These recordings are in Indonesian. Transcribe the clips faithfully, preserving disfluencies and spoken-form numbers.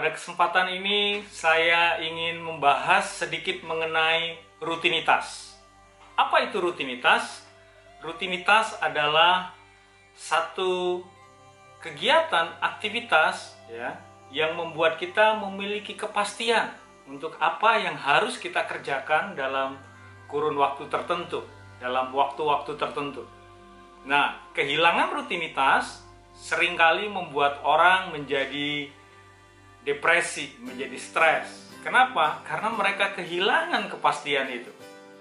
pada kesempatan ini saya ingin membahas sedikit mengenai rutinitas. Apa itu rutinitas? Rutinitas adalah satu kegiatan, aktivitas ya, yang membuat kita memiliki kepastian untuk apa yang harus kita kerjakan dalam kurun waktu tertentu, dalam waktu-waktu tertentu. Nah, kehilangan rutinitas seringkali membuat orang menjadi depresi, menjadi stres. Kenapa? Karena mereka kehilangan kepastian itu.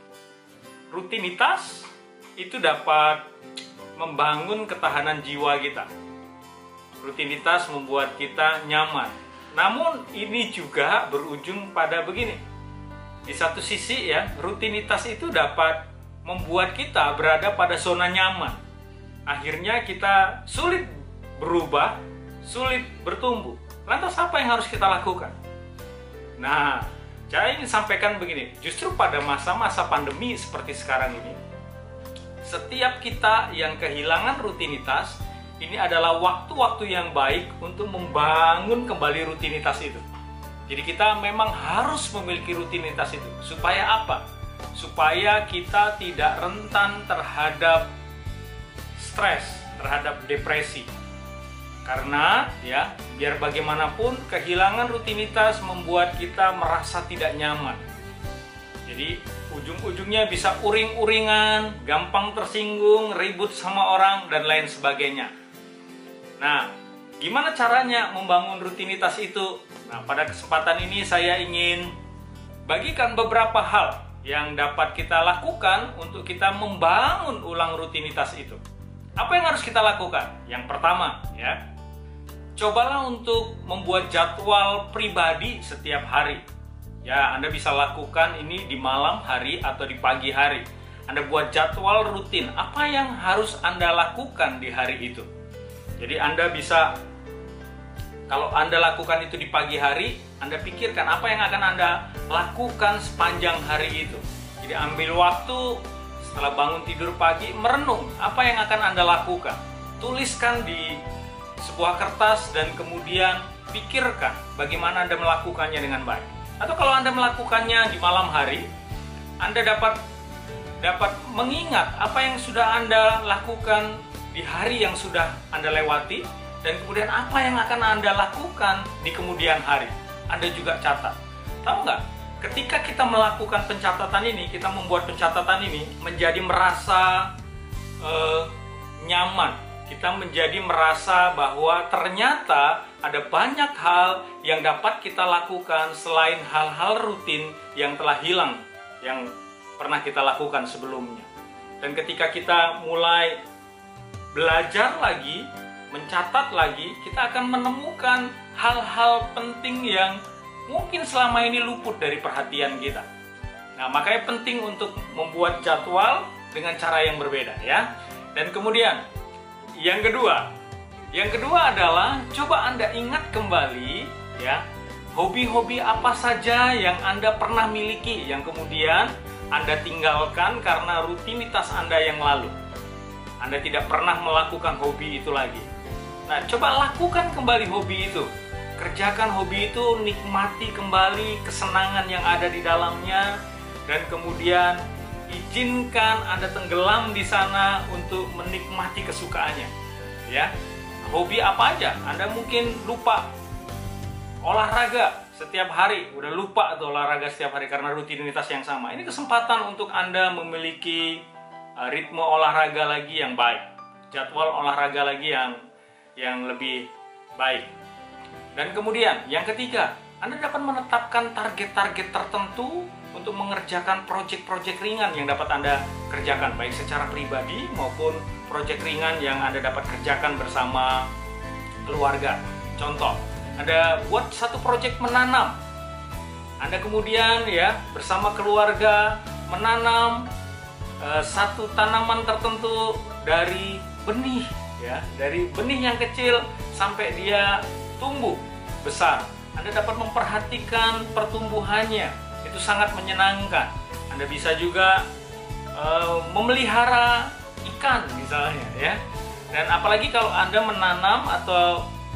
Rutinitas itu dapat membangun ketahanan jiwa kita. Rutinitas membuat kita nyaman. Namun ini juga berujung pada begini. Di satu sisi ya, rutinitas itu dapat membuat kita berada pada zona nyaman. Akhirnya kita sulit berubah, sulit bertumbuh. Lantas apa yang harus kita lakukan? Nah, saya ingin sampaikan begini, justru pada masa-masa pandemi seperti sekarang ini, setiap kita yang kehilangan rutinitas, ini adalah waktu-waktu yang baik untuk membangun kembali rutinitas itu. Jadi kita memang harus memiliki rutinitas itu. Supaya apa? Supaya kita tidak rentan terhadap stres, terhadap depresi. Karena ya, biar bagaimanapun kehilangan rutinitas membuat kita merasa tidak nyaman. Jadi ujung-ujungnya bisa uring-uringan, gampang tersinggung, ribut sama orang, dan lain sebagainya. Nah, gimana caranya membangun rutinitas itu? Nah, pada kesempatan ini saya ingin bagikan beberapa hal yang dapat kita lakukan untuk kita membangun ulang rutinitas itu. Apa yang harus kita lakukan? Yang pertama, ya, cobalah untuk membuat jadwal pribadi setiap hari. Ya, Anda bisa lakukan ini di malam hari atau di pagi hari. Anda buat jadwal rutin, apa yang harus Anda lakukan di hari itu. Jadi Anda bisa, kalau Anda lakukan itu di pagi hari, Anda pikirkan apa yang akan Anda lakukan sepanjang hari itu. Jadi ambil waktu setelah bangun tidur pagi, merenung apa yang akan Anda lakukan. Tuliskan di sebuah kertas dan kemudian pikirkan bagaimana Anda melakukannya dengan baik. Atau kalau Anda melakukannya di malam hari, Anda dapat dapat mengingat apa yang sudah Anda lakukan di hari yang sudah Anda lewati, dan kemudian apa yang akan Anda lakukan di kemudian hari. Anda juga catat. Tahu nggak? Ketika kita melakukan pencatatan ini, kita membuat pencatatan ini menjadi merasa eh, nyaman. Kita menjadi merasa bahwa ternyata ada banyak hal yang dapat kita lakukan selain hal-hal rutin yang telah hilang, yang pernah kita lakukan sebelumnya. Dan ketika kita mulai belajar lagi, mencatat lagi, kita akan menemukan hal-hal penting yang mungkin selama ini luput dari perhatian kita. Nah, makanya penting untuk membuat jadwal dengan cara yang berbeda ya. Dan kemudian yang kedua, yang kedua adalah coba Anda ingat kembali ya, hobi-hobi apa saja yang Anda pernah miliki yang kemudian Anda tinggalkan karena rutinitas Anda yang lalu. Anda tidak pernah melakukan hobi itu lagi. Nah, coba lakukan kembali hobi itu. Kerjakan hobi itu, nikmati kembali kesenangan yang ada di dalamnya, dan kemudian izinkan Anda tenggelam di sana untuk menikmati kesukaannya. Ya, hobi apa aja? Anda mungkin lupa olahraga setiap hari, udah lupa tuh olahraga setiap hari karena rutinitas yang sama. Ini kesempatan untuk Anda memiliki uh, ritme olahraga lagi yang baik, jadwal olahraga lagi yang yang lebih baik. Dan kemudian yang ketiga, Anda dapat menetapkan target-target tertentu untuk mengerjakan proyek-proyek ringan yang dapat Anda kerjakan, baik secara pribadi maupun proyek ringan yang Anda dapat kerjakan bersama keluarga. Contoh, Anda buat satu proyek menanam. Anda kemudian ya bersama keluarga menanam uh, satu tanaman tertentu dari benih ya, dari benih yang kecil sampai dia tumbuh besar. Anda dapat memperhatikan pertumbuhannya, itu sangat menyenangkan. Anda bisa juga uh, memelihara ikan misalnya ya. Dan apalagi kalau Anda menanam atau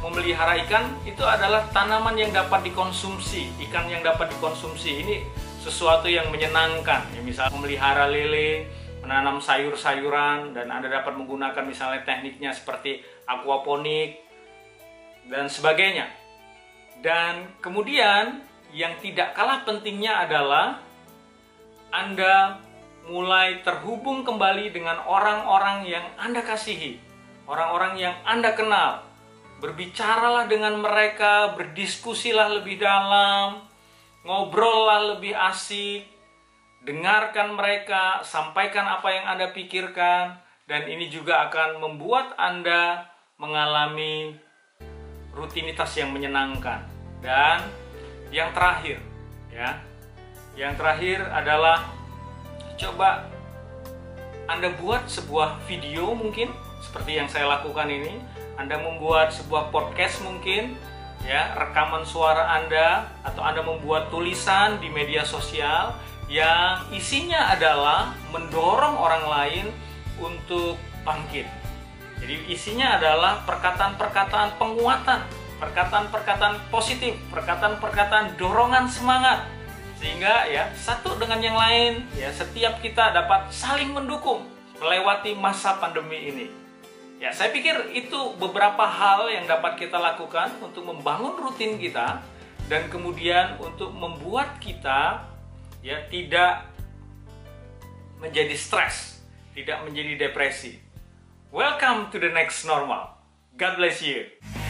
memelihara ikan itu adalah tanaman yang dapat dikonsumsi, ikan yang dapat dikonsumsi. Ini sesuatu yang menyenangkan. Ya, misal memelihara lele, menanam sayur-sayuran, dan Anda dapat menggunakan misalnya tekniknya seperti aquaponik dan sebagainya. Dan kemudian yang tidak kalah pentingnya adalah Anda mulai terhubung kembali dengan orang-orang yang Anda kasihi, orang-orang yang Anda kenal. Berbicaralah dengan mereka, berdiskusilah lebih dalam, ngobrollah lebih asik, dengarkan mereka, sampaikan apa yang Anda pikirkan, dan ini juga akan membuat Anda mengalami rutinitas yang menyenangkan. Dan yang terakhir, ya, yang terakhir adalah coba Anda buat sebuah video mungkin seperti yang saya lakukan ini. Anda membuat sebuah podcast mungkin, ya, rekaman suara Anda, atau Anda membuat tulisan di media sosial yang isinya adalah mendorong orang lain untuk bangkit. Jadi isinya adalah perkataan-perkataan penguatan, perkataan-perkataan positif, perkataan-perkataan dorongan semangat, sehingga ya satu dengan yang lain, ya setiap kita dapat saling mendukung melewati masa pandemi ini. Ya, saya pikir itu beberapa hal yang dapat kita lakukan untuk membangun rutin kita dan kemudian untuk membuat kita ya tidak menjadi stres, tidak menjadi depresi. Welcome to the next normal. God bless you.